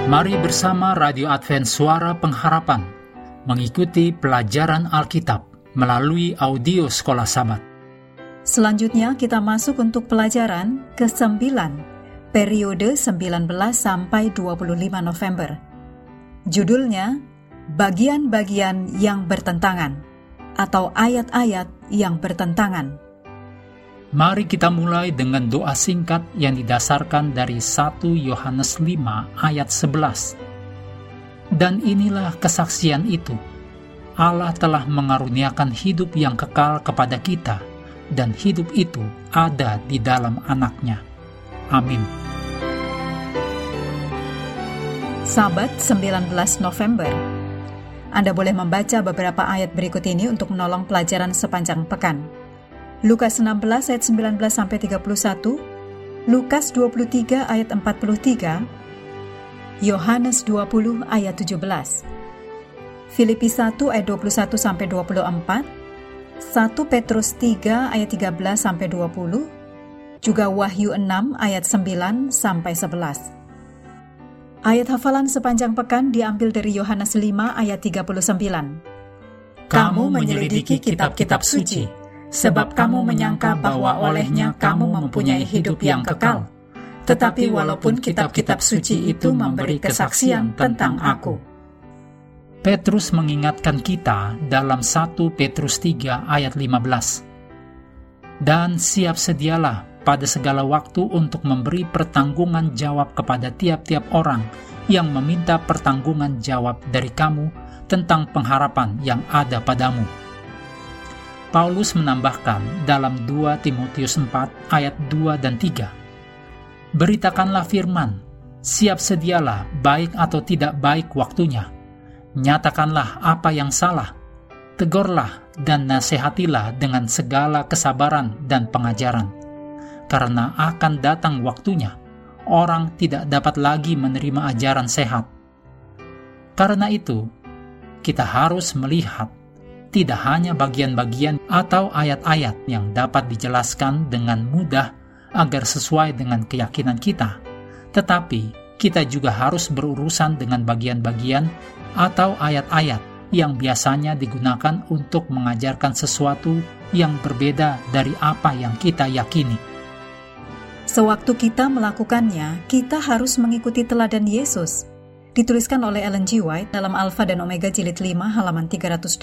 Mari bersama Radio Advent Suara Pengharapan mengikuti pelajaran Alkitab melalui audio Sekolah Sabat. Selanjutnya kita masuk untuk pelajaran ke-9, periode 19 sampai 25 November. Judulnya, Bagian-bagian yang bertentangan atau ayat-ayat yang bertentangan. Mari kita mulai dengan doa singkat yang didasarkan dari 1 Yohanes 5 ayat 11. Dan inilah kesaksian itu, Allah telah mengaruniakan hidup yang kekal kepada kita, dan hidup itu ada di dalam Anaknya. Amin. Sabat 19 November. Anda boleh membaca beberapa ayat berikut ini untuk menolong pelajaran sepanjang pekan. Lukas 16 ayat 19 sampai 31, Lukas 23 ayat 43, Yohanes 20 ayat 17, Filipi 1 ayat 21 sampai 24, 1 Petrus 3 ayat 13 sampai 20, juga Wahyu 6 ayat 9 sampai 11. Ayat hafalan sepanjang pekan diambil dari Yohanes 5 ayat 39. Kamu menyelidiki kitab-kitab suci, sebab kamu menyangka bahwa olehnya kamu mempunyai hidup yang kekal. Tetapi walaupun kitab-kitab suci itu memberi kesaksian tentang aku. Petrus mengingatkan kita dalam 1 Petrus 3 ayat 15. Dan siap sedialah pada segala waktu untuk memberi pertanggungan jawab kepada tiap-tiap orang yang meminta pertanggungan jawab dari kamu tentang pengharapan yang ada padamu. Paulus menambahkan dalam 2 Timotius 4 ayat 2 dan 3. Beritakanlah firman, siap sedialah baik atau tidak baik waktunya. Nyatakanlah apa yang salah, tegurlah dan nasihatilah dengan segala kesabaran dan pengajaran. Karena akan datang waktunya, orang tidak dapat lagi menerima ajaran sehat. Karena itu, kita harus melihat tidak hanya bagian-bagian atau ayat-ayat yang dapat dijelaskan dengan mudah agar sesuai dengan keyakinan kita, tetapi kita juga harus berurusan dengan bagian-bagian atau ayat-ayat yang biasanya digunakan untuk mengajarkan sesuatu yang berbeda dari apa yang kita yakini. Sewaktu kita melakukannya, kita harus mengikuti teladan Yesus. Dituliskan oleh Ellen G. White dalam Alfa dan Omega jilid 5 halaman 380.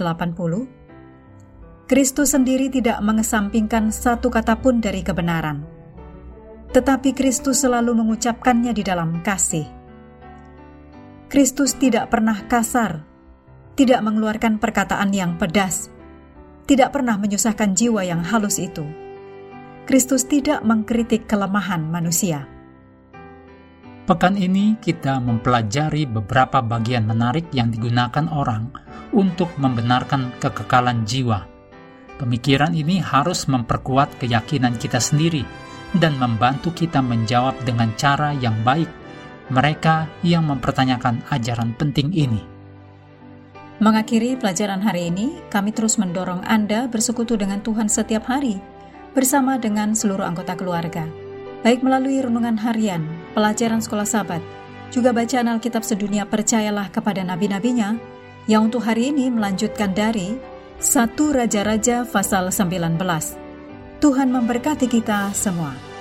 Kristus sendiri tidak mengesampingkan satu kata pun dari kebenaran. Tetapi Kristus selalu mengucapkannya di dalam kasih. Kristus tidak pernah kasar, tidak mengeluarkan perkataan yang pedas, tidak pernah menyusahkan jiwa yang halus itu. Kristus tidak mengkritik kelemahan manusia. Pekan ini kita mempelajari beberapa bagian menarik yang digunakan orang untuk membenarkan kekekalan jiwa. Pemikiran ini harus memperkuat keyakinan kita sendiri dan membantu kita menjawab dengan cara yang baik mereka yang mempertanyakan ajaran penting ini. Mengakhiri pelajaran hari ini, kami terus mendorong Anda bersekutu dengan Tuhan setiap hari bersama dengan seluruh anggota keluarga, baik melalui renungan harian, pelajaran sekolah Sabat, juga bacaan Alkitab sedunia percayalah kepada nabi-nabinya, yang untuk hari ini melanjutkan dari 1 Raja-Raja pasal 19. Tuhan memberkati kita semua.